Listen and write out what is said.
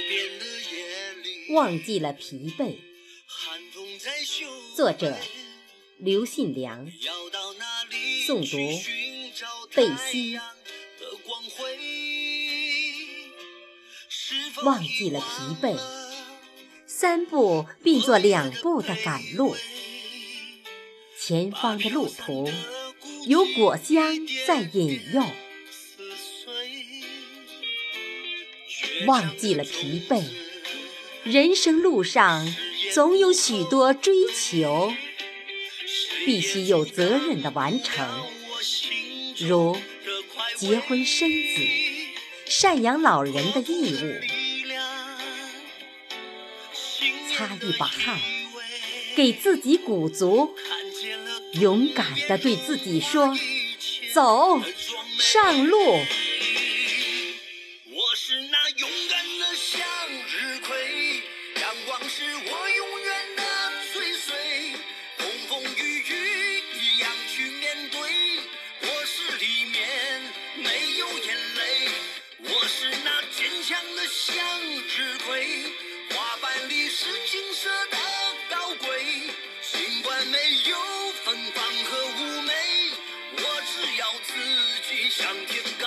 忘记了疲惫。作者刘信良，诵读贝西。忘记了疲惫，3步并作2步的赶路，前方的路途有果香在引诱。忘记了疲惫，人生路上总有许多追求，必须有责任的完成，如结婚生子、赡养老人的义务。擦一把汗，给自己鼓足，勇敢地对自己说：走，上路。 我是那勇敢的向日葵，阳光是我永远的追随，风风雨雨一样去面对，我是里面没有眼泪，我是那坚强的向日葵，花瓣里是金色的高贵，尽管没有芬芳和妩媚，我只要自己向天